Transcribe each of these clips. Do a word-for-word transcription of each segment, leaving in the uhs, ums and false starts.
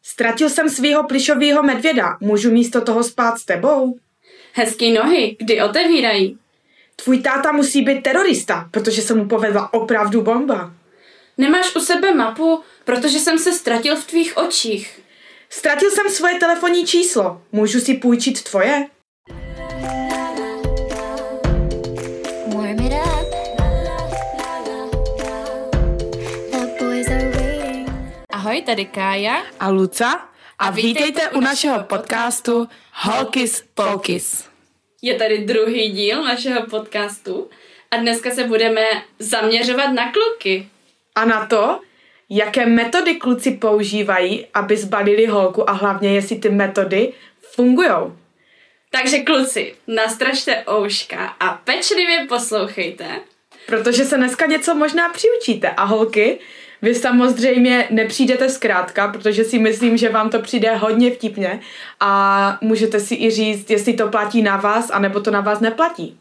Ztratil jsem svýho plyšovýho medvěda. Můžu místo toho spát s tebou? Hezký nohy, kdy otevírají? Tvůj táta musí být terorista, protože se mu povedla opravdu bomba. Nemáš u sebe mapu, protože jsem se ztratil v tvých očích. Ztratil jsem svoje telefonní číslo. Můžu si půjčit tvoje? Ahoj, tady Kája a Luca a, a vítejte u našeho podcastu Holkis Polkis. Je tady druhý díl našeho podcastu a dneska se budeme zaměřovat na kluky. A na to, jaké metody kluci používají, aby zbalili holku a hlavně, jestli ty metody fungujou. Takže kluci, nastražte ouška a pečlivě poslouchejte. Protože se dneska něco možná přiučíte. A holky, vy samozřejmě nepřijdete zkrátka, protože si myslím, že vám to přijde hodně vtipně a můžete si i říct, jestli to platí na vás, anebo to na vás neplatí.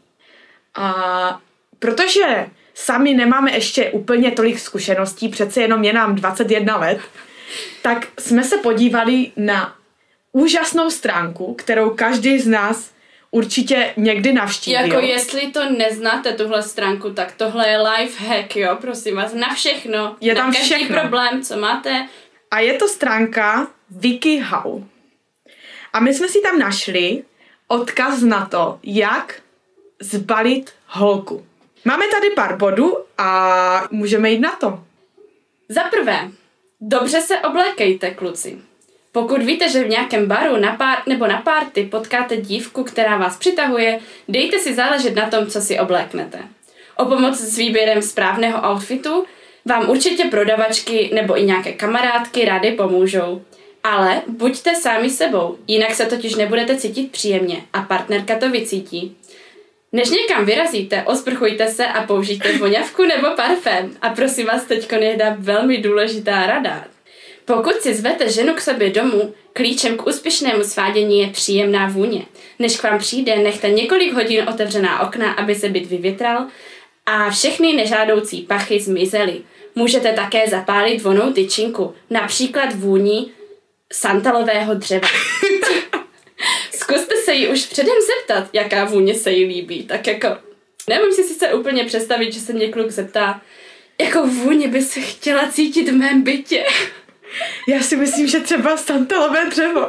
A protože sami nemáme ještě úplně tolik zkušeností, přece jenom je nám dvacet jedna let, tak jsme se podívali na úžasnou stránku, kterou každý z nás určitě někdy navštívil. Jako jestli to neznáte, tuhle stránku, tak tohle je life hack, jo, prosím vás, na všechno. Je tam na každý všechno. problém, co máte. A je to stránka WikiHow. A my jsme si tam našli odkaz na to, jak zbalit holku. Máme tady pár bodů a můžeme jít na to. Za prvé, dobře se oblékejte, kluci. Pokud víte, že v nějakém baru na pár, nebo na party potkáte dívku, která vás přitahuje, dejte si záležet na tom, co si obléknete. O pomoc s výběrem správného outfitu vám určitě prodavačky nebo i nějaké kamarádky rády pomůžou. Ale buďte sami sebou, jinak se totiž nebudete cítit příjemně a partnerka to vycítí. Než někam vyrazíte, osprchujte se a použijte voňavku nebo parfém. A prosím vás, teďko je jedna velmi důležitá rada. Pokud si zvete ženu k sobě domů, klíčem k úspěšnému svádění je příjemná vůně. Než k vám přijde, nechte několik hodin otevřená okna, aby se byt vyvětral a všechny nežádoucí pachy zmizely. Můžete také zapálit vonnou tyčinku, například vůní santalového dřeva. Zkuste se jí už předem zeptat, jaká vůně se jí líbí. Tak jako, nemůžu si sice úplně představit, že se mě kluk zeptá, jakou vůni by se chtěla cítit v mém bytě. Já si myslím, že třeba santalové dřevo.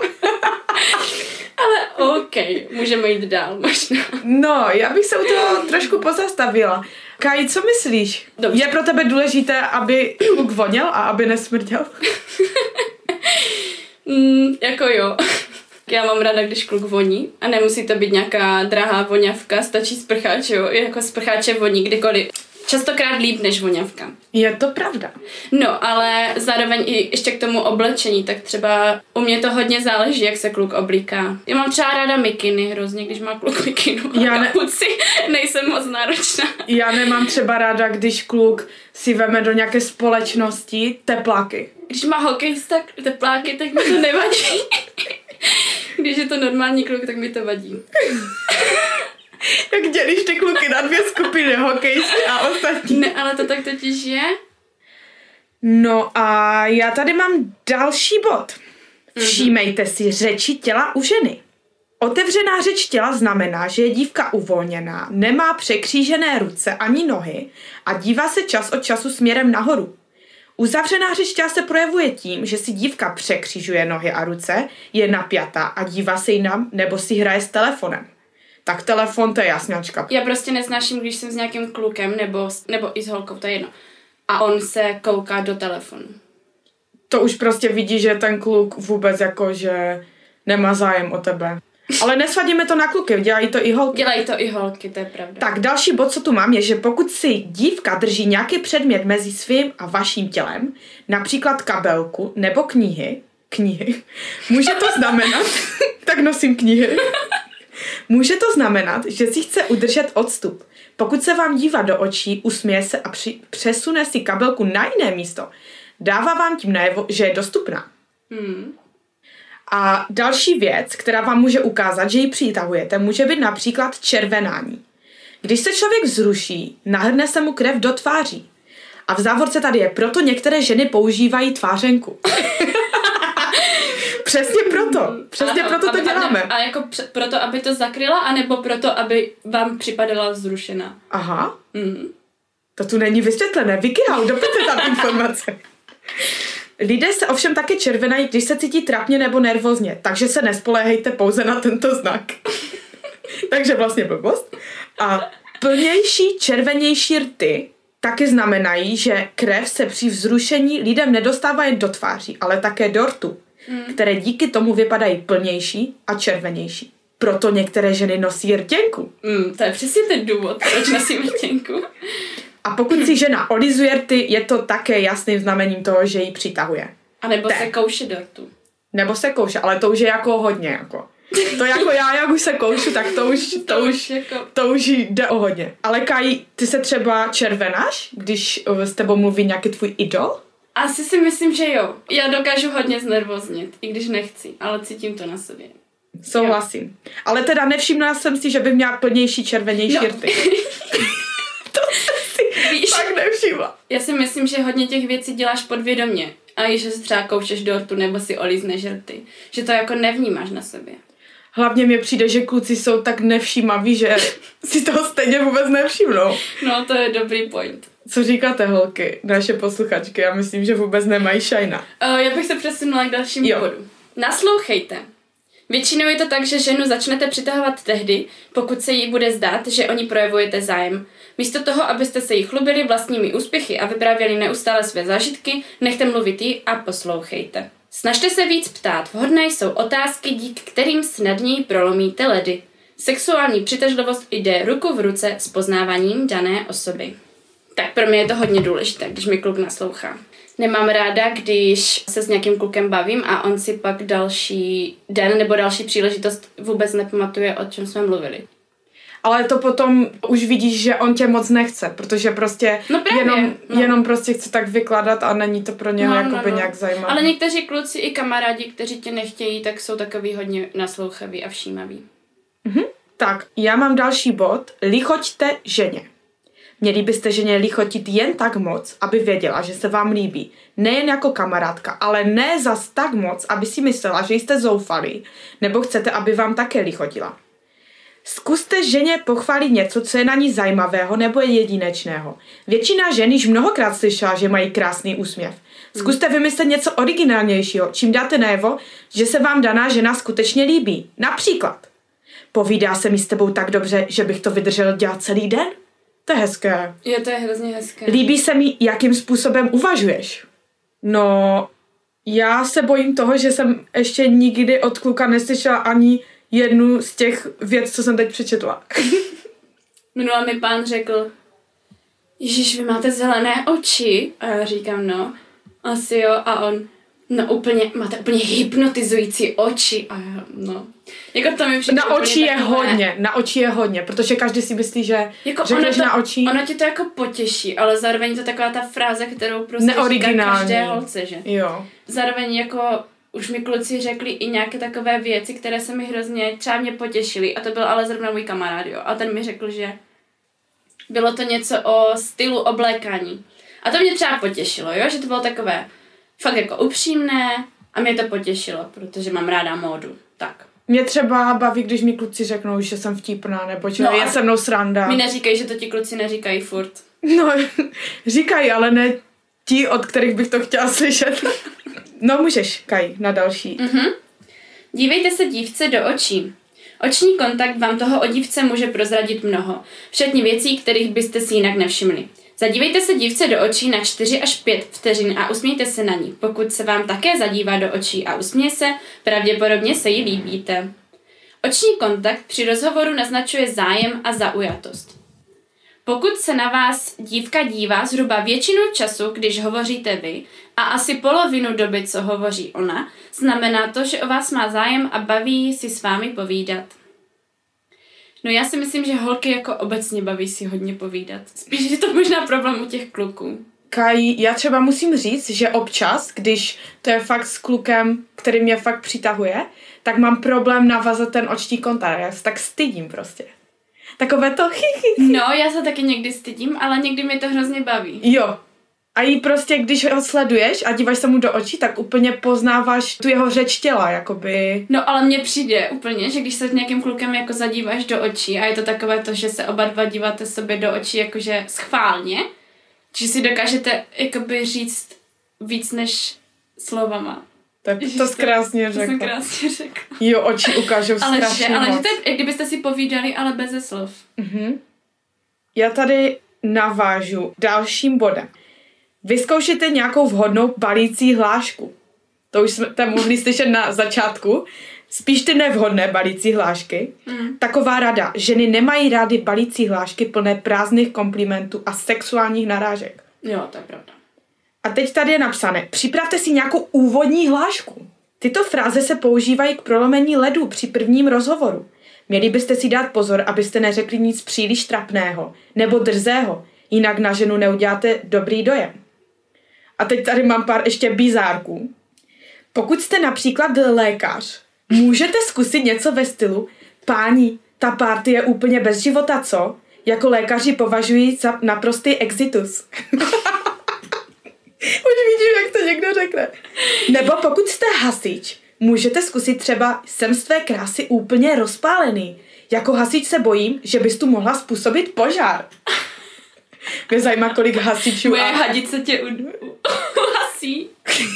Ale OK, můžeme jít dál možná. No, já bych se u toho trošku pozastavila. Kaj, co myslíš? Dobře. Je pro tebe důležité, aby kluk voněl a aby nesmrděl? mm, jako jo. Já mám ráda, když kluk voní a nemusí to být nějaká drahá voňavka, stačí sprcháč, jo, jako sprcháče voní kdykoliv. Častokrát líp než voňavka. Je to pravda. No, ale zároveň i ještě k tomu oblečení, tak třeba u mě to hodně záleží, jak se kluk oblíká. Já mám třeba ráda mikiny hrozně, když má kluk mikinu a Já ne... kapuci, nejsem moc náročná. Já nemám třeba ráda, když kluk si veme do nějaké společnosti tepláky. Když má hokejista tepláky, tak mi to nevadí. Když je to normální kluk, tak mi to vadí. Jak dělíš ty kluky na dvě skupiny, hokejisty a ostatní. Ne, ale to tak totiž je. No a já tady mám další bod. Všímejte si řeči těla u ženy. Otevřená řeč těla znamená, že je dívka uvolněná, nemá překřížené ruce ani nohy a dívá se čas od času směrem nahoru. Uzavřená řeč těla se projevuje tím, že si dívka překřižuje nohy a ruce, je napjatá a dívá se jinam nebo si hraje s telefonem. Tak telefon, to je jasňačka. Já prostě nesnáším, když jsem s nějakým klukem nebo, nebo i s holkou, to je jedno. A on se kouká do telefonu. To už prostě vidí, že ten kluk vůbec jako, že nemá zájem o tebe. Ale nesvadíme to na kluky, dělají to i holky. Dělají to i holky, to je pravda. Tak další bod, co tu mám, je, že pokud si dívka drží nějaký předmět mezi svým a vaším tělem, například kabelku nebo knihy, knihy, může to znamenat, tak nosím knihy, může to znamenat, že si chce udržet odstup. Pokud se vám dívá do očí, usměje se a při, přesune si kabelku na jiné místo, dává vám tím najevo, že je dostupná. Hmm. A další věc, která vám může ukázat, že ji přitahujete, může být například červenání. Když se člověk vzruší, nahrne se mu krev do tváří. A v závorce tady je, proto některé ženy používají tvářenku. Přesně proto. Přesně ano, proto to aby, děláme. A, a jako pře- proto, aby to zakryla, anebo proto, aby vám připadala vzrušená. Aha. Mm. To tu není vysvětlené. Wikihau, dopište tam informace. Lidé se ovšem také červenají, když se cítí trapně nebo nervózně, takže se nespoléhejte pouze na tento znak. Takže vlastně blbost. A plnější, červenější rty taky znamenají, že krev se při vzrušení lidem nedostává jen do tváří, ale také do rtu, mm. které díky tomu vypadají plnější a červenější. Proto některé ženy nosí rtěnku. Mm, to je přesně ten důvod, proč nosím rtěnku. A pokud si žena olizuje rty, je to také jasným znamením toho, že ji přitahuje. A nebo tak. se kouše do rtu. Nebo se kouše, ale to už je jako hodně. Jako. To jako já, jak už se koušu, tak to už, to, to už, už jako... to už jde o hodně. Ale Kai, ty se třeba červenáš, když s tebou mluví nějaký tvůj idol? Asi si myslím, že jo. Já dokážu hodně znervoznit, i když nechci, ale cítím to na sobě. Souhlasím. Jo. Ale teda nevšimla jsem si, že by měla plnější, červenější no. rty. To jsem si Víš, fakt nevšimla. Já si myslím, že hodně těch věcí děláš podvědomě. A i že se třeba koušeš do rtu nebo si olízneš rty. Že to jako nevnímáš na sobě. Hlavně mi přijde, že kluci jsou tak nevšímaví, že si toho stejně vůbec nevšimnou. No, to je dobrý point. Co říkáte, holky, naše posluchačky? Já myslím, že vůbec nemají šajna. Uh, já bych se přesunula k dalšímu jo. bodu. Naslouchejte. Většinou je to tak, že ženu začnete přitahovat tehdy, pokud se jí bude zdát, že o ní projevujete zájem. Místo toho, abyste se jí chlubili vlastními úspěchy a vyprávěli neustále své zážitky, nechte mluvit jí a poslouchejte. Snažte se víc ptát, vhodné jsou otázky, díky kterým snadněji prolomíte ledy. Sexuální přitažlivost jde ruku v ruce s poznáváním dané osoby. Tak pro mě je to hodně důležité, když mi kluk naslouchá. Nemám ráda, když se s nějakým klukem bavím a on si pak další den nebo další příležitost vůbec nepamatuje, o čem jsme mluvili. Ale to potom už vidíš, že on tě moc nechce, protože prostě no právě, jenom, no. jenom prostě chce tak vykládat a není to pro něho no, jakoby no, no. nějak zajímavé. Ale někteří kluci i kamarádi, kteří tě nechtějí, tak jsou takový hodně naslouchaví a všímaví. Mhm. Tak, já mám další bod. Lichoťte ženě. Měli byste ženě lichotit jen tak moc, aby věděla, že se vám líbí. Nejen jako kamarádka, ale ne zas tak moc, aby si myslela, že jste zoufalí, nebo chcete, aby vám také lichotila. Zkuste ženě pochválit něco, co je na ní zajímavého nebo je jedinečného. Většina žen již mnohokrát slyšela, že mají krásný úsměv. Zkuste vymyslet něco originálnějšího, čím dáte najevo, že se vám daná žena skutečně líbí. Například, povídá se mi s tebou tak dobře, že bych to vydržel dělat celý den? To je hezké. Jo, to je hrozně hezké. Líbí se mi, jakým způsobem uvažuješ. No, já se bojím toho, že jsem ještě nikdy od kluka neslyšela ani jednu z těch věc, co jsem teď přečetla. Minule mi pán řekl, Ježíš, vy máte zelené oči. A já říkám, no, asi jo. A on, no úplně, máte úplně hypnotizující oči. A já, no. Jako to mi přijde na oči je takové... hodně, na oči je hodně, protože každý si myslí, že jako řekneš to, na oči. Ono tě to jako potěší, ale zároveň to taková ta fráze, kterou prostě říká každé holce, že? Jo. Zároveň jako už mi kluci řekli i nějaké takové věci, které se mi hrozně, třeba mě potěšily, a to byl ale zrovna můj kamarád, jo. A ten mi řekl, že bylo to něco o stylu oblékání. A to mě třeba potěšilo, jo, že to bylo takové fakt jako upřímné a mě to potěšilo, protože mám ráda módu. Tak. Mě třeba baví, když mi kluci řeknou, že jsem vtipná, nebo že no je se mnou sranda. Mi neříkají, že to ti kluci neříkají furt. No, říkají, ale ne ti, od kterých bych to chtěla slyšet. No, můžeš, Kai, na další. Mhm. Dívejte se dívce do očí. Oční kontakt vám toho o dívce může prozradit mnoho, včetně věcí, kterých byste si jinak nevšimli. Zadívejte se dívce do očí na čtyři až pět vteřin a usmějte se na ní. Pokud se vám také zadívá do očí a usměje se, pravděpodobně se jí líbíte. Oční kontakt při rozhovoru naznačuje zájem a zaujatost. Pokud se na vás dívka dívá zhruba většinu času, když hovoříte vy, a asi polovinu doby, co hovoří ona, znamená to, že o vás má zájem a baví si s vámi povídat. No já si myslím, že holky jako obecně baví si hodně povídat. Spíš je to možná problém u těch kluků. Kai, já třeba musím říct, že občas, když to je fakt s klukem, který mě fakt přitahuje, tak mám problém navazat ten oční kontakt. Já se tak stydím prostě. Takové to chy, chy, chy. No, já se taky někdy stydím, ale někdy mě to hrozně baví. Jo. A jí prostě, když ho sleduješ a díváš se mu do očí, tak úplně poznáváš tu jeho řeč těla, jakoby. No ale mně přijde úplně, že když se s nějakým klukem jako zadíváš do očí a je to takové to, že se oba dva díváte sobě do očí jakože schválně, že si dokážete jakoby říct víc než slovama. Tak to jsi krásně řekla. To jsem krásně řekla. Jo, oči ukážou ale strašně že, ale moc. že to je, jak kdybyste si povídali, ale beze slov. Mhm. Já tady navážu dalším bodem. Vyzkoušejte nějakou vhodnou balící hlášku. To už jsme tam mohli slyšet na začátku. Spíš ty nevhodné balící hlášky. Mm. Taková rada. Ženy nemají rády balící hlášky plné prázdných komplimentů a sexuálních narážek. Jo, to je pravda. A teď tady je napsané. Připravte si nějakou úvodní hlášku. Tyto fráze se používají k prolomení ledu při prvním rozhovoru. Měli byste si dát pozor, abyste neřekli nic příliš trapného nebo drzého, jinak na ženu neuděláte dobrý dojem. A teď tady mám pár ještě bizárků. Pokud jste například lékař, můžete zkusit něco ve stylu páni, ta party je úplně bez života, co? Jako lékaři považují za naprostý exitus. Už vidím, jak to někdo řekne. Nebo pokud jste hasič, můžete zkusit třeba jsem z tvé krásy úplně rozpálený. Jako hasič se bojím, že bys tu mohla způsobit požár. Mě zajímá, kolik hasičů... Moje a... hadice tě u... uhasí.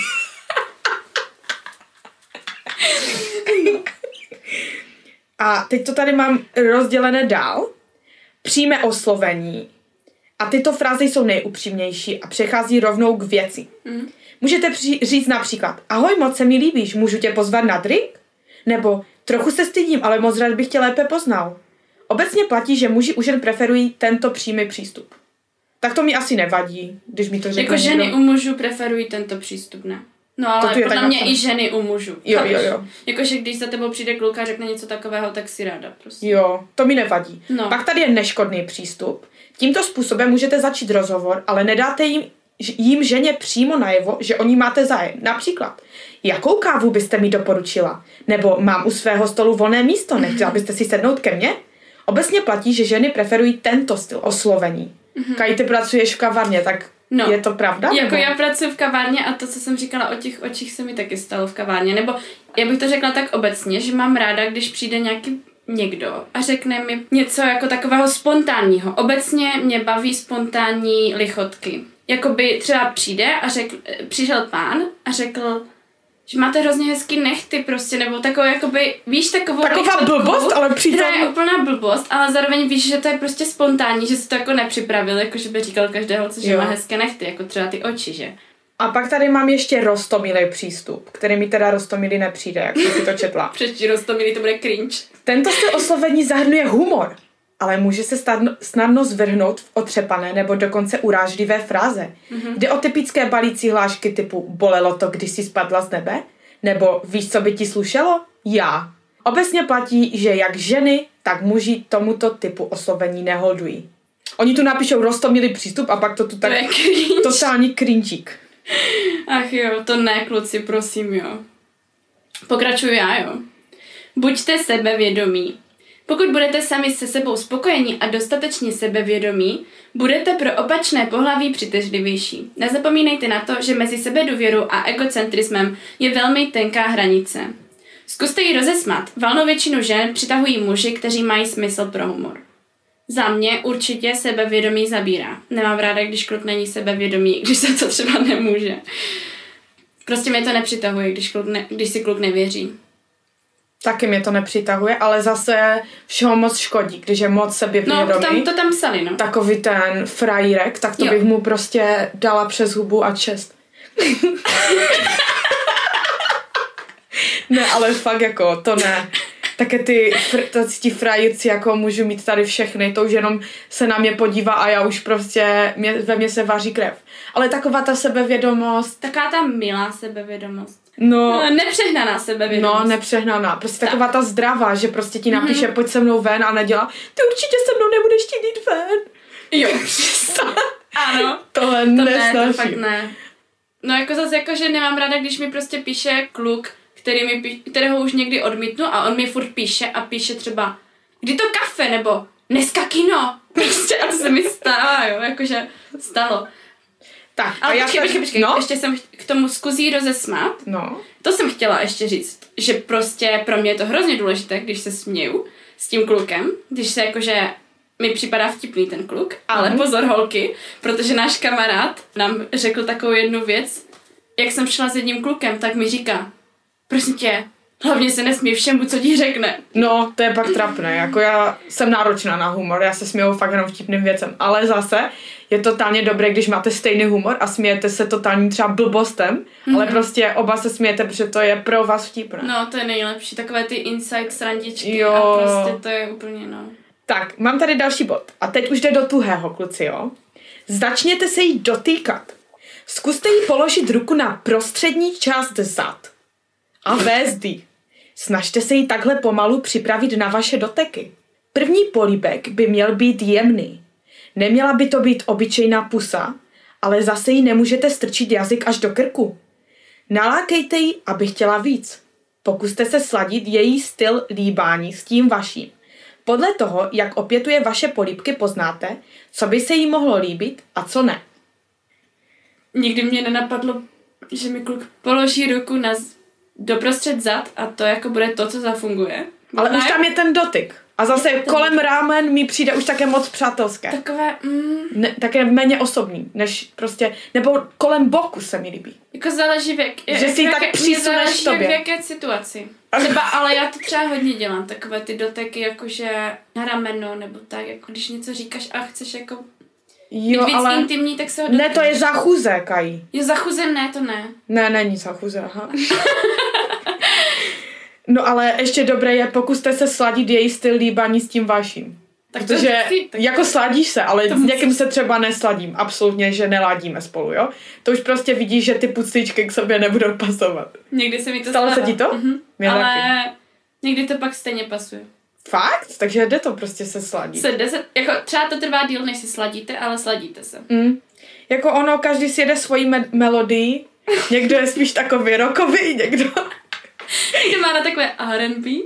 A teď to tady mám rozdělené dál. Přímé oslovení. A tyto fráze jsou nejupřímnější a přechází rovnou k věci. Mm. Můžete při- říct například ahoj, moc se mi líbíš, můžu tě pozvat na drink? Nebo trochu se stydím, ale moc rád bych tě lépe poznal. Obecně platí, že muži u žen preferují tento přímý přístup. Tak to mi asi nevadí, když mi to řekne Jako někdo. ženy u mužů preferují tento přístup, ne? No ale podle mě i ženy u mužů. Jo, jo, jo. Jakože když za tebou přijde kluk a řekne něco takového, tak si ráda prostě. Jo, to mi nevadí. No. Pak tady je neškodný přístup. Tímto způsobem můžete začít rozhovor, ale nedáte jim, jim ženě přímo najevo, že o ní máte zájem. Například, jakou kávu byste mi doporučila? Nebo mám u svého stolu volné místo, nechtěla byste si sednout ke mně? Obecně platí, že ženy preferují tento styl oslovení. Mm-hmm. Kaj, ty pracuješ v kavárně, tak no. Je to pravda? Jako nebo? já pracuji v kavárně a to, co jsem říkala o těch očích, se mi taky stalo v kavárně. Nebo já bych to řekla tak obecně, že mám ráda, když přijde nějaký někdo a řekne mi něco jako takového spontánního. Obecně mě baví spontánní lichotky. Jakoby třeba přijde a řekl, přišel pán a řekl, že máte hrozně hezký nechty prostě, nebo takovou jakoby, víš, takovou taková lichotku, blbost, ale přitom... která je úplná blbost, ale zároveň víš, že to je prostě spontánní, že si to jako nepřipravil, jako že by říkal každé holce, že jo. Má hezké nechty, jako třeba ty oči, že? A pak tady mám ještě roztomilý přístup, který mi teda roztomilý nepřijde, jak jsem si to četla. Přečti roztomilý, to bude cringe. Tento styl oslovení zahrnuje humor, ale může se snadno, snadno zvrhnout v otřepané nebo dokonce urážlivé fráze. Mm-hmm. Jde o typické balící hlášky typu bolelo to, když jsi spadla z nebe? Nebo víš, co by ti slušelo? Já. Obecně platí, že jak ženy, tak muži tomuto typu oslovení neholdují. Oni tu napíšou roztomilý přístup a pak to tu tak... To je cringe. Totální cringeík. Ach jo, to ne, kluci, prosím, jo. Pokračuju já, jo. Buďte sebevědomí. Pokud budete sami se sebou spokojení a dostatečně sebevědomí, budete pro opačné pohlaví přitažlivější. Nezapomínejte na to, že mezi sebedůvěrou a egocentrismem je velmi tenká hranice. Zkuste ji rozesmat. Valnou většinu žen přitahují muži, kteří mají smysl pro humor. Za mě určitě sebevědomí zabírá. Nemám ráda, když kluk není sebevědomý, když se to třeba nemůže. Prostě mě to nepřitahuje, když, kluk ne, když si kluk nevěří. Taky mě to nepřitahuje, ale zase všeho moc škodí, když je moc sebevědomý. No, to tam, to tam psali, no. Takový ten frajírek, tak to jo. bych mu prostě dala přes hubu a čest. Ne, ale fakt jako, to ne. Také ty, fr- ti frajírci jako můžu mít tady všechny, to už jenom se na mě podívá a já už prostě, mě, ve mně se vaří krev. Ale taková ta sebevědomost. Taková ta milá sebevědomost. No, no nepřehnaná sebevědomost. No, nepřehnaná. Prostě tak. Taková ta zdravá, že prostě ti napíše, mm-hmm. pojď se mnou ven a nedělá, ty určitě se mnou nebudeš chtít jít ven. Jo, přesně. Ano. Tohle to nesnáším. ne, to fakt ne. No jako zase jako, že nemám ráda, když mi prostě píše kluk, který mi pí, kterého už někdy odmítnu a on mi furt píše a píše třeba kdy to kafe, nebo dneska kino. Prostě a to se mi stalo, jo, jakože stalo. Tak, ale a já počkej, se... počkej, počkej. No? Ještě jsem k tomu zkusí rozesmát. No. To jsem chtěla ještě říct, že prostě pro mě je to hrozně důležité, když se směju s tím klukem, když se jakože mi připadá vtipný ten kluk, ale mm. pozor holky, protože náš kamarád nám řekl takovou jednu věc, jak jsem šla s jedním klukem, tak mi říká, prosím tě, hlavně se nesmí všemu, co ti řekne. No, to je pak trapné, jako já jsem náročná na humor, já se směju fakt jenom vtipným věcem, ale zase je totálně dobré, když máte stejný humor a smějete se totálně třeba blbostem, mm-hmm. ale prostě oba se smějete, protože to je pro vás vtipné. No, to je nejlepší, takové ty inside srandičky jo. a prostě to je úplně, no. Tak, mám tady další bod a teď už jde do tuhého, kluci, jo. Začněte se jí dotýkat. Zkuste jí položit ruku na prostřední část zad a vést jí. Snažte se jí takhle pomalu připravit na vaše doteky. První políbek by měl být jemný. Neměla by to být obyčejná pusa, ale zase jí nemůžete strčit jazyk až do krku. Nalákejte ji, aby chtěla víc. Pokuste se sladit její styl líbání s tím vaším. Podle toho, jak opětuje vaše políbky, poznáte, co by se jí mohlo líbit a co ne. Nikdy mě nenapadlo, že mi kluk položí ruku na z... doprostřed zad a to jako bude to, co zafunguje. Ale ne? už tam je ten dotyk. A zase kolem rámen mi přijde už také moc přátelské. Takové, mm, Ne, také méně osobní, než prostě, nebo kolem boku se mi líbí. jako záleží v jak, Že si jak, tak jak, přisuneš záleží, tobě. v jaké situaci. Třeba, ale já to třeba hodně dělám, takové ty doteky jakože na rameno, nebo tak, jako když něco říkáš a chceš jako Jo, být víc ale... intimní, tak se ho Ne, to je za chuze, Kají. Jo, za chuzen ne, to ne. Ne, není za chuze, aha. No ale ještě dobré je, pokuste se sladit její styl líbání s tím vaším. Tak Protože to, tak jako sladíš se, ale to s někým se třeba nesladím. Absolutně, že neladíme spolu, jo? To už prostě vidíš, že ty pucičky k sobě nebudou pasovat. někdy se mi to Stalo se ti to? Mhm. Ale taky. Někdy to pak stejně pasuje. Fakt? Takže jde to prostě se sladit. Se deset, jako třeba to trvá díl, než si sladíte, ale sladíte se. Mm. Jako ono, každý si jede svoji me- melodii. Někdo je spíš takový rockový, někdo... Někdo má na takové R and B.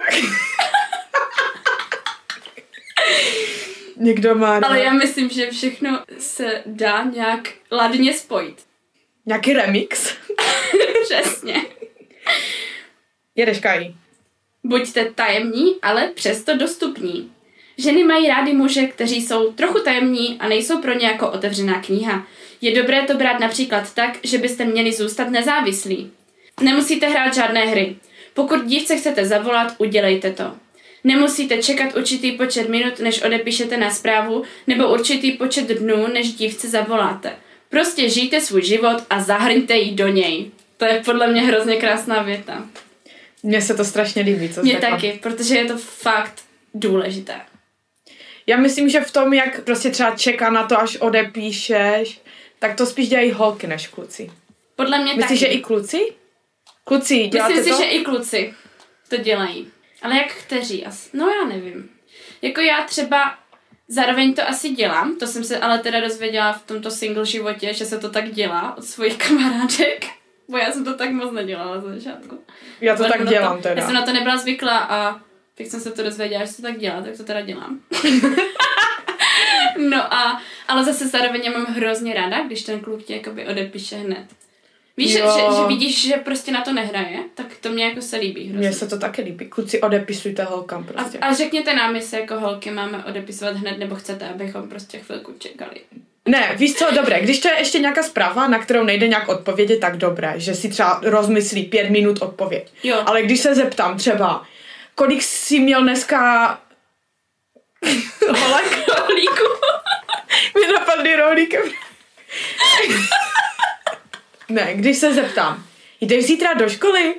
Někdo má... Ale já myslím, že všechno se dá nějak ladně spojit. Nějaký remix. Přesně. Jedeš, Kají. Buďte tajemní, ale přesto dostupní. Ženy mají rády muže, kteří jsou trochu tajemní a nejsou pro ně jako otevřená kniha. Je dobré to brát například tak, že byste měli zůstat nezávislí. Nemusíte hrát žádné hry. Pokud dívce chcete zavolat, udělejte to. Nemusíte čekat určitý počet minut, než odepíšete na zprávu, nebo určitý počet dnů, než dívce zavoláte. Prostě žijte svůj život a zahrňte ji do něj. To je podle mě hrozně krásná věta. Mně se to strašně líbí, co jsi Mně řekla. taky, protože je to fakt důležité. Já myslím, že v tom, jak prostě třeba čeká na to, až odepíšeš, tak to spíš dělají holky než kluci. Podle mě Myslíš, taky. že i kluci? Kluci, děláte Myslím to? si, že i kluci to dělají. Ale jak kteří? Asi? No já nevím. Jako já třeba zároveň to asi dělám, to jsem se ale teda dozvěděla v tomto single životě, že se to tak dělá od svých kamarádek. Bo já jsem to tak moc nedělala za začátku. Já to Ale tak na dělám to, teda. Já jsem na to nebyla zvyklá a teď jsem se to dozvěděla, že se to tak dělá, tak to teda dělám. No a, ale zase zároveň já mám hrozně ráda, když ten kluk tě jakoby odepíše hned. Víš, že, že, že vidíš, že prostě na to nehraje, tak to mě jako se líbí hrozně. Mně se to taky líbí. Kluci, odepisujte holkám prostě. A, a řekněte nám, jestli jako holky máme odepisovat hned, nebo chcete, abychom prostě chvilku čekali. Ne, víš co, dobré, když to je ještě nějaká zpráva, na kterou nejde nějak odpovědět, tak dobré, že si třeba rozmyslí pět minut odpověď. Jo. Ale když se zeptám třeba, kolik jsi měl dneska holek? Rohlíku. Mě napadly rohlíkem. Ne, když se zeptám, jdeš zítra do školy?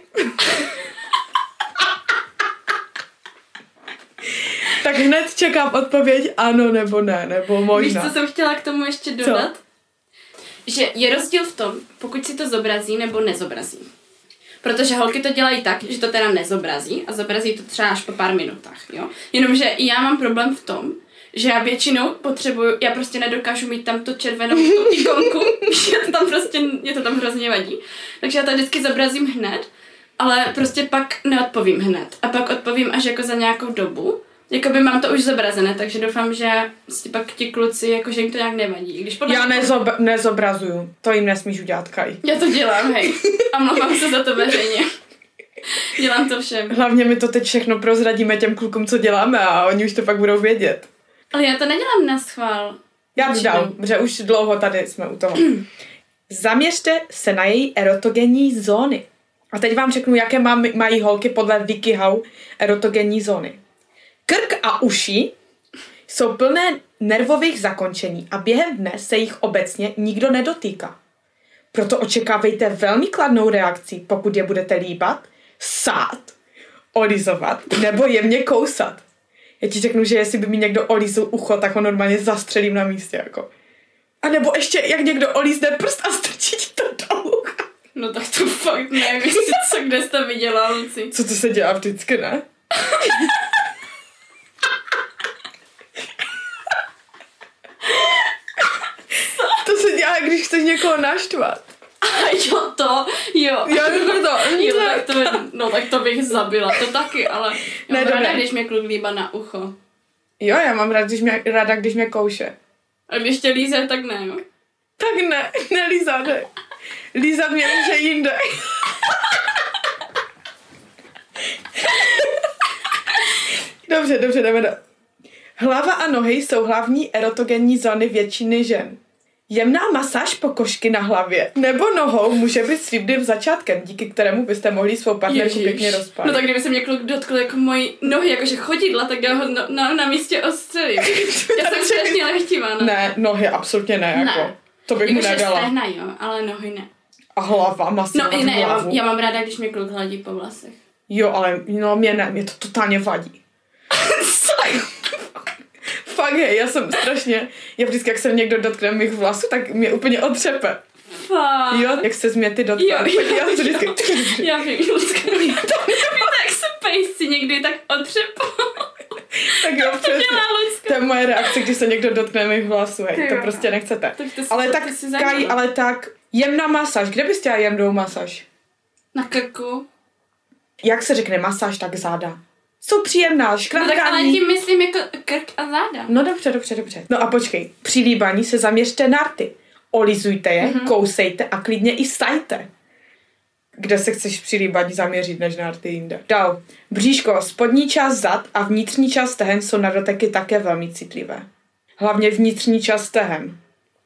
Tak hned čekám odpověď ano nebo ne, nebo možná. Víš, co jsem chtěla k tomu ještě dodat? Co? Že je rozdíl v tom, pokud si to zobrazí nebo nezobrazí. Protože holky to dělají tak, že to teda nezobrazí a zobrazí to třeba až po pár minutách, jo. Jenomže i já mám problém v tom, že já většinou potřebuju, já prostě nedokážu mít tam tu červenou tu ikonku, že to tam prostě, mě to tam hrozně vadí. Takže já to vždycky zobrazím hned, ale prostě pak neodpovím hned. A pak odpovím až jako za nějakou dobu, Jakoby mám to už zobrazené, takže doufám, že si pak ti kluci, jakože jim to nějak nevadí. Když podle Já mě... nezob- nezobrazuju, to jim nesmíš udělat, Kaj. Já to dělám, hej. A mluvám se za to veřejně. Dělám to všem. Hlavně my to teď všechno prozradíme těm klukům, co děláme a oni už to pak budou vědět. Ale já to nedělám na schvál. Já to dám, protože už dlouho tady jsme u toho. Zaměřte se na její erotogenní zóny. A teď vám řeknu, jaké má, mají holky podle WikiHow erotogenní zóny. Krk a uši jsou plné nervových zakončení a během dne se jich obecně nikdo nedotýká. Proto očekávejte velmi kladnou reakci, pokud je budete líbat, sát, olizovat nebo jemně kousat. Já ti řeknu, že jestli by mi někdo olízl ucho, tak ho normálně zastřelím na místě. Jako. A nebo ještě, jak někdo olízne prst a strčí ti to do ucha. No tak to fakt nevím, co, kde jsi to viděla, Luci. Co to se dělá vždycky, ne? To se dělá, když chceš někoho naštvat. A jo, to, jo. Já to, jo, tak to, no tak to bych zabila, to taky, ale já ne, mám ráda, když mě kluk líbá na ucho. Jo, já mám rád, když mě, ráda, když mě kouše. A když tě líze, tak ne, jo? Tak ne, nelízat, ne. Lízat mě může jinde. Dobře, dobře, jdeme do. Hlava a nohy jsou hlavní erotogenní zóny většiny žen. Jemná masáž pokožky na hlavě nebo nohou může být slibným začátkem, díky kterému byste mohli svou partnerku pěkně rozpálit. No tak kdyby se mě kluk dotkl jako mojí nohy, jakože chodidla, tak já ho na, na, na místě ostřelím. Já jsem strašně lehtivá. No. Ne, nohy absolutně ne, jako. Ne. To bych mu nedala. Stehna, jo, ale nohy ne. A hlava, masírovat no, ne, hlavu. Já mám, já mám ráda, když mě kluk hladí po vlasech. Jo, ale no mě ne, mě to totálně vadí. Fakt hej, já jsem strašně, já vždycky, jak se někdo dotkne mých vlasů, tak mě úplně otřepe. Fakt. Jo, jak se mě ty dotkne. Jo, jo, já jo. vždycky... Já vím, Lucka, to víte, jak se pejsci někdy tak otřepou. Tak jo, to přesně. dělá Lucka. To je moje reakce, když se někdo dotkne mých vlasů, hej, to prostě nechcete. Tak to si, ale to, tak, to Kaj, ale tak, jemná masáž, kde bys chtěla jemnou masáž? Na krku. Jak se řekne masáž, tak záda. Jsou příjemná, škrabkání. No tak ale tím myslím jako krk a záda. No dobře, dobře, dobře. No a počkej, při líbání se zaměřte na rty. Olizujte je, mm-hmm. kousejte a klidně i sajte. Kde se chceš při líbání zaměřit, než na rty jinde. Dál. Bříško, spodní část zad a vnitřní část stehen jsou na doteky také velmi citlivé. Hlavně vnitřní část stehen.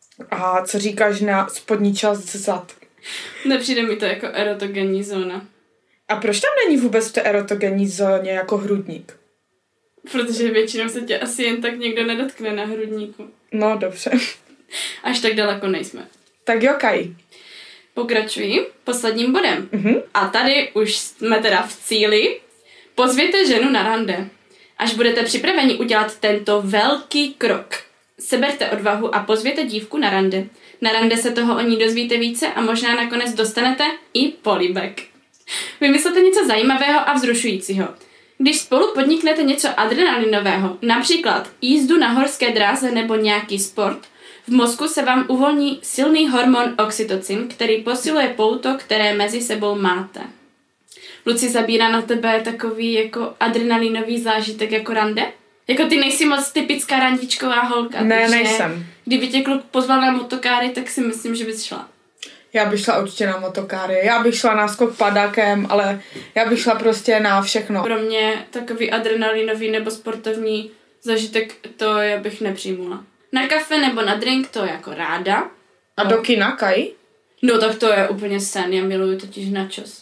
A co říkáš na spodní část zad? Nepřijde mi to jako erotogenní zóna. A proč tam není vůbec v té erotogenní zóně jako hrudník? Protože většinou se tě asi jen tak někdo nedotkne na hrudníku. No, dobře. Až tak daleko nejsme. Tak jo, Kaj. Pokračuji posledním bodem. Mhm. A tady už jsme teda v cíli. Pozvěte ženu na rande. Až budete připraveni udělat tento velký krok, seberte odvahu a pozvěte dívku na rande. Na rande se toho o ní dozvíte více a možná nakonec dostanete i polibek. Vymyslete něco zajímavého a vzrušujícího. Když spolu podniknete něco adrenalinového, například jízdu na horské dráze nebo nějaký sport, v mozku se vám uvolní silný hormon oxytocin, který posiluje pouto, které mezi sebou máte. Luci, zabírá na tebe takový jako adrenalinový zážitek jako rande? Jako ty nejsi moc typická randičková holka. Ne, takže nejsem. Kdyby tě kluk pozval na motokáry, tak si myslím, že bys šla. Já bych šla určitě na motokáry, já bych šla na skok padákem, ale já bych šla prostě na všechno. Pro mě takový adrenalinový nebo sportovní zážitek, to já bych nepřijmula. Na kafe nebo na drink to jako ráda. A do kina, Kaj? No tak to je úplně sen, já miluju totiž načos.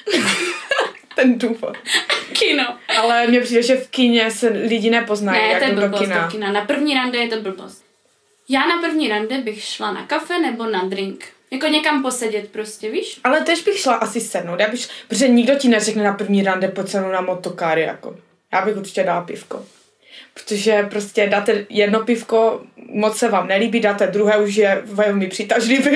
Ten důvod. Kino. Ale mně přijde, že v kině se lidi nepoznají, ne, jak to je jdou blbost do kina. do kina. Na první rande je to blbost. Já na první rande bych šla na kafe nebo na drink. Jako někam posedět prostě, víš? Ale tež bych šla asi sednout, já bych, protože nikdo ti neřekne na první rande pojď se mnou na motokáry, jako. Já bych určitě dala pivko. Protože prostě dáte jedno pivko, moc se vám nelíbí, dáte druhé, už je velmi přitažlivý.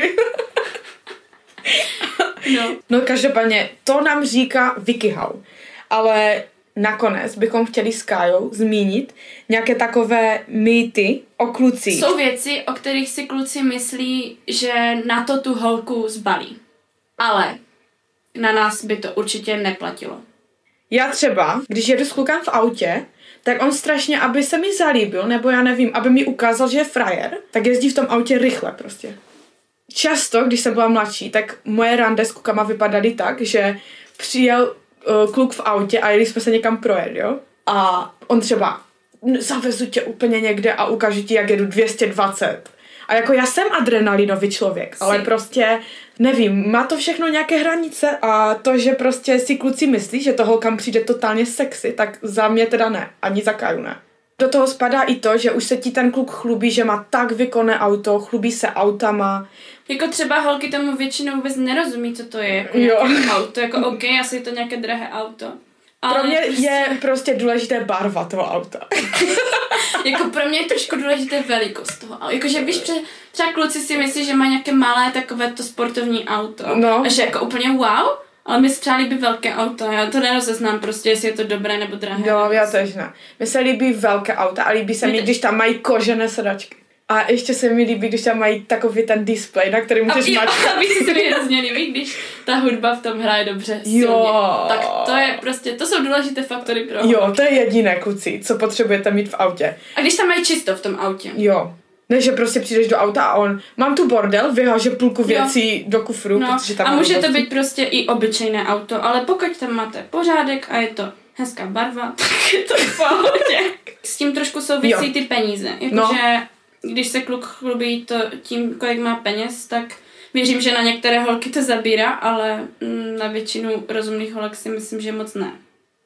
No. No každopádně, to nám říká WikiHow. Ale nakonec bychom chtěli s Kájou zmínit nějaké takové mýty o klucích. Jsou věci, o kterých si kluci myslí, že na to tu holku zbalí. Ale na nás by to určitě neplatilo. Já třeba, když jedu s klukem v autě, tak on strašně, aby se mi zalíbil, nebo já nevím, aby mi ukázal, že je frajer, tak jezdí v tom autě rychle prostě. Často, když jsem byla mladší, tak moje rande s klukama vypadaly tak, že přijel uh, kluk v autě a jeli jsme se někam projet, jo? A on třeba zavezu tě úplně někde a ukážu ti, jak jedu dvě stě dvacet. A jako já jsem adrenalinový člověk, ale prostě nevím, má to všechno nějaké hranice a to, že prostě si kluci myslí, že to holkám přijde totálně sexy, tak za mě teda ne, ani za Kaju ne. Do toho spadá i to, že už se ti ten kluk chlubí, že má tak vykonné auto, chlubí se autama. Jako třeba holky tomu většinou vůbec nerozumí, co to je, jako nějaké auto, jako OK, asi je to nějaké drahé auto. Ale pro mě prostě... je prostě důležité barva toho auta. Jako pro mě je trošku důležité velikost toho auta. Jakože víš, třeba kluci si myslí, že má nějaké malé takové to sportovní auto. No. A že jako úplně wow, ale mi se třeba líbí velké auto. Já to nerozeznám prostě, jestli je to dobré nebo drahé. Jo, já tež ne. Mně se líbí velké auta a líbí se mi, když tam mají kožené sedačky. A ještě se mi líbí, když tam mají takový ten displej, na který můžeš mačkat. A víš, se mi hrozně líbí, když ta hudba v tom hraje dobře silně. Jo. Tak to je prostě, to jsou důležité faktory pro Jo, holky. To je jediné, kluci, co potřebujete mít v autě. A když tam mají čisto v tom autě. Jo. Ne, že prostě přijdeš do auta a on, mám tu bordel, vyháže půlku věcí jo. do kufru, no. protože tam a může to být prostě i obyčejné auto, ale pokud tam máte pořádek a je to hezká barva, tak je to v pohodě. S tím trošku souvisí jo. ty peníze. Jakože no. když se kluk chlubí to tím, kolik má peněz, tak věřím, že na některé holky to zabírá, ale na většinu rozumných holek si myslím, že moc ne.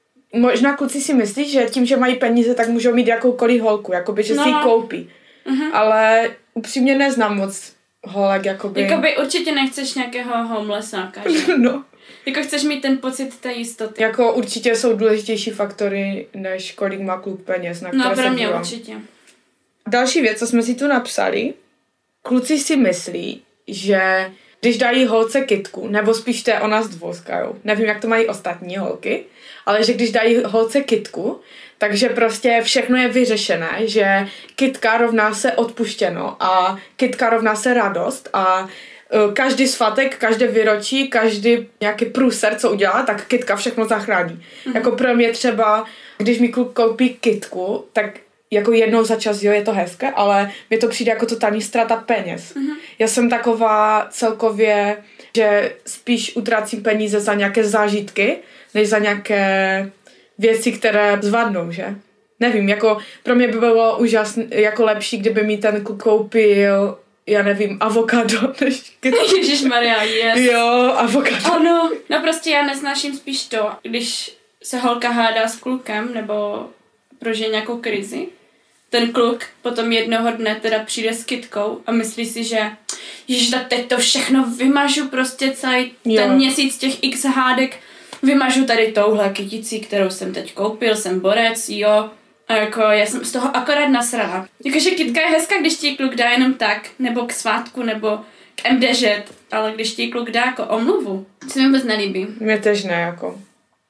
Možná kluci si myslí, že tím, že mají peníze, tak můžou mít jakoukoliv holku, jakoby, že no. si ji koupí. Uh-huh. Ale upřímně neznám moc holek, jakoby... Jakoby určitě nechceš nějakého homelessáka, že? No. Jako chceš mít ten pocit té jistoty. Jako určitě jsou důležitější faktory, než kolik má kluk peněz, na které no, se pro mě dívám. určitě. Další věc, co jsme si tu napsali, kluci si myslí, že když dají holce kytku, nebo spíš to je ona s dvouskajou, nevím, jak to mají ostatní holky, ale že když dají holce kytku, takže prostě všechno je vyřešené, že kytka rovná se odpuštěno a kytka rovná se radost a uh, každý svatek, každé výročí, každý nějaký průser, co udělá, tak kytka všechno zachrání. Mm-hmm. Jako pro mě třeba, když mi kluk koupí kytku, tak jako jednou za čas, jo, je to hezké, ale mě to přijde jako totální ztráta peněz. Mm-hmm. Já jsem taková celkově, že spíš utrácím peníze za nějaké zážitky, než za nějaké věci, které zvadnou, že? Nevím, jako pro mě by bylo úžasné, jako lepší, kdyby mi ten kluk koupil, já nevím, avokado, než... Ježišmarja, yes. Jo, avokado. Ano, no prostě já nesnáším spíš to, když se holka hádá s klukem, nebo prožije nějakou krizi. Ten kluk potom jednoho dne teda přijde s kytkou a myslí si, že ježiš, tak teď to všechno vymažu prostě celý jo. ten měsíc těch x hádek, vymažu tady touhle kyticí, kterou jsem teď koupil, jsem borec, jo. A jako já jsem z toho akorát nasrala. Jakože kytka je hezká, když ti kluk dá jenom tak, nebo k svátku, nebo k em dé žé, ale když ti kluk dá jako omluvu, se mi vůbec nelíbí. Mě tež ne, jako.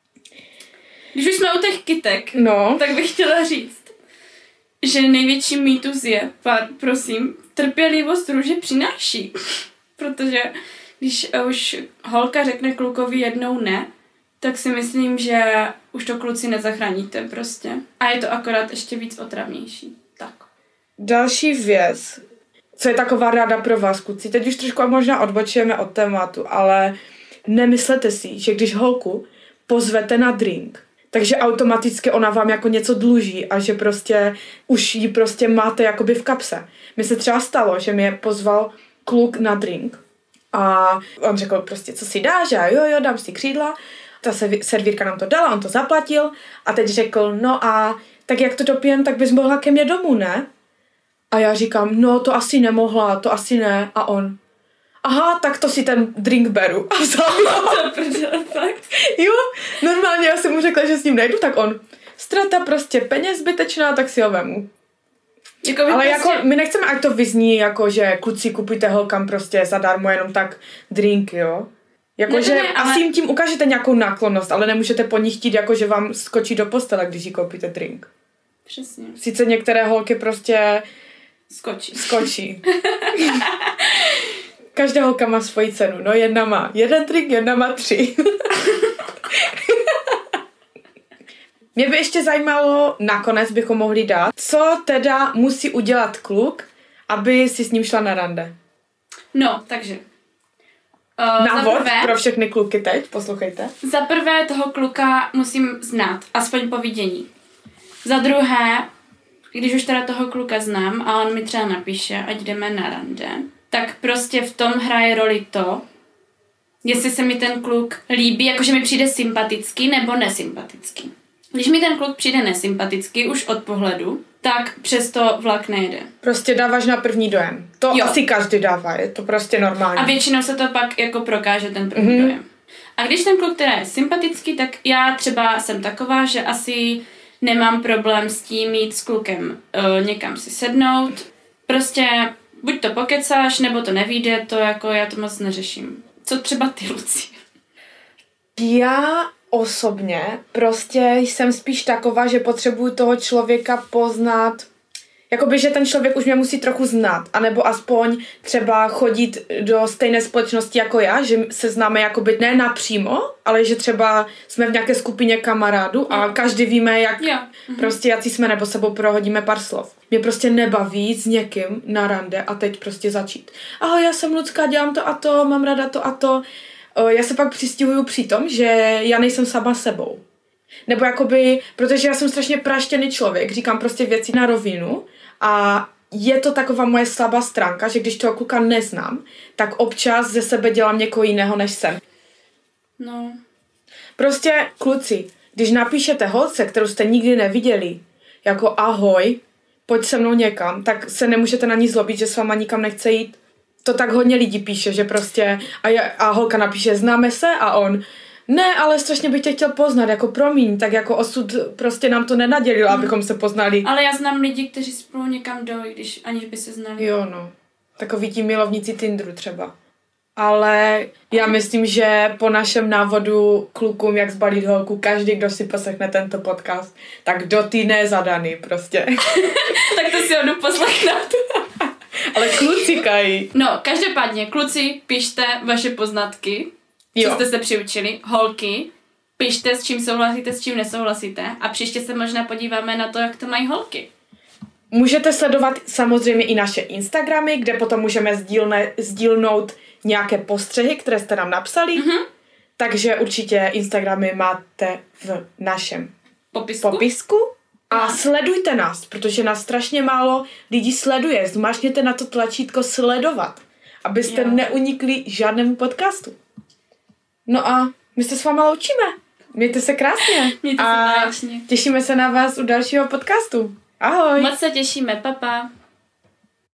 Když už jsme u těch kytek, no. tak bych chtěla říct, že největší mýtus je, pár, prosím, trpělivost růže přináší. Protože když už holka řekne klukovi jednou ne, tak si myslím, že už to kluci nezachráníte prostě. A je to akorát ještě víc otravnější. Tak. Další věc, co je taková ráda pro vás, kluci, teď už trošku možná odbočujeme od tématu, ale nemyslete si, že když holku pozvete na drink, takže automaticky ona vám jako něco dluží a že prostě už ji prostě máte jakoby v kapse. Mně se třeba stalo, že mě pozval kluk na drink a on řekl prostě, co si dáš, a jo, jo, dám si křídla. Ta servírka nám to dala, on to zaplatil a teď řekl, no a tak jak to dopijem, tak bys mohla ke mně domů, ne? A já říkám, no to asi nemohla, to asi ne. A on, aha, tak to si ten drink beru. A vzal to. Jo, normálně já jsem mu řekla, že s ním nejdu, tak on, strata prostě peněz zbytečná, tak si ho vemu. Jako ale prostě... jako my nechceme, ať to vyzní, jako že kluci kupujte holkám prostě zadarmo jenom tak drink, jo. Jakože ne, ale... asi jim tím ukážete nějakou náklonnost, ale nemůžete po nich chtít, jako že vám skočí do postele, když jí koupíte drink. Přesně. Sice některé holky prostě skočí. Skočí. Každá holka má svoji cenu. No jedna má jeden drink, jedna má tři. Mě by ještě zajímalo, nakonec bychom mohli dát, co teda musí udělat kluk, aby si s ním šla na rande. No, takže. Uh, Návod prvé, pro všechny kluky teď, poslouchejte. Za prvé toho kluka musím znát, aspoň po vidění. Za druhé, když už teda toho kluka znám a on mi třeba napíše, ať jdeme na rande, tak prostě v tom hraje roli to, jestli se mi ten kluk líbí, jakože mi přijde sympatický nebo nesympatický. Když mi ten kluk přijde nesympatický už od pohledu, tak přesto vlak nejede. Prostě dáváš na první dojem. To jo. Asi každý dává, je to prostě normální. A většinou se to pak jako prokáže ten první mm-hmm. dojem. A když ten kluk teda je sympatický, tak já třeba jsem taková, že asi nemám problém s tím jít s klukem uh, někam si sednout. Prostě buď to pokecáš, nebo to nevyjde, to jako já to moc neřeším. Co třeba ty, Luci? Já osobně prostě jsem spíš taková, že potřebuju toho člověka poznat, jakoby, že ten člověk už mě musí trochu znát, anebo aspoň třeba chodit do stejné společnosti jako já, že se známe jakoby ne napřímo, ale že třeba jsme v nějaké skupině kamarádů a každý víme, jak yeah. mm-hmm. prostě jací jsme, nebo sebou prohodíme pár slov. Mě prostě nebaví s někým na rande a teď prostě začít. Ahoj, já jsem Lucka, dělám to a to, mám ráda to a to. Já se pak přistihuju při tom, že já nejsem sama sebou. Nebo jakoby, protože já jsem strašně praštěný člověk, říkám prostě věci na rovinu a je to taková moje slabá stránka, že když toho kluka neznám, tak občas ze sebe dělám někoho jiného, než jsem. No. Prostě kluci, když napíšete holce, kterou jste nikdy neviděli, jako ahoj, pojď se mnou někam, tak se nemůžete na ní zlobit, že s váma nikam nechce jít. To tak hodně lidí píše, že prostě a, já, a holka napíše, známe se a on, ne, ale strašně bych tě chtěl poznat, jako promiň, tak jako osud prostě nám to nenadělil, mm. abychom se poznali. Ale já znám lidi, kteří spolu někam jdou, když aniž by se znali. Jo, no. Takový ti milovníci Tinderu třeba. Ale já myslím, že po našem návodu klukům, jak zbalit holku, každý, kdo si poslechne tento podcast, tak do ty nezadaný prostě. Tak to si ho jdu poslechnout. Ale kluci, Kaji. No, každopádně, kluci, pište vaše poznatky, co jo. jste se přiučili. Holky, pište, s čím souhlasíte, s čím nesouhlasíte. A příště se možná podíváme na to, jak to mají holky. Můžete sledovat samozřejmě i naše Instagramy, kde potom můžeme sdílne, sdílnout nějaké postřehy, které jste nám napsali. Mm-hmm. Takže určitě Instagramy máte v našem popisku. popisku. A sledujte nás, protože nás strašně málo lidí sleduje. Zmačkněte na to tlačítko sledovat, abyste jo. neunikli žádnému podcastu. No a my se s váma loučíme. Mějte se krásně. Mějte a se krásně. Těšíme se na vás u dalšího podcastu. Ahoj. Moc se těšíme, papa.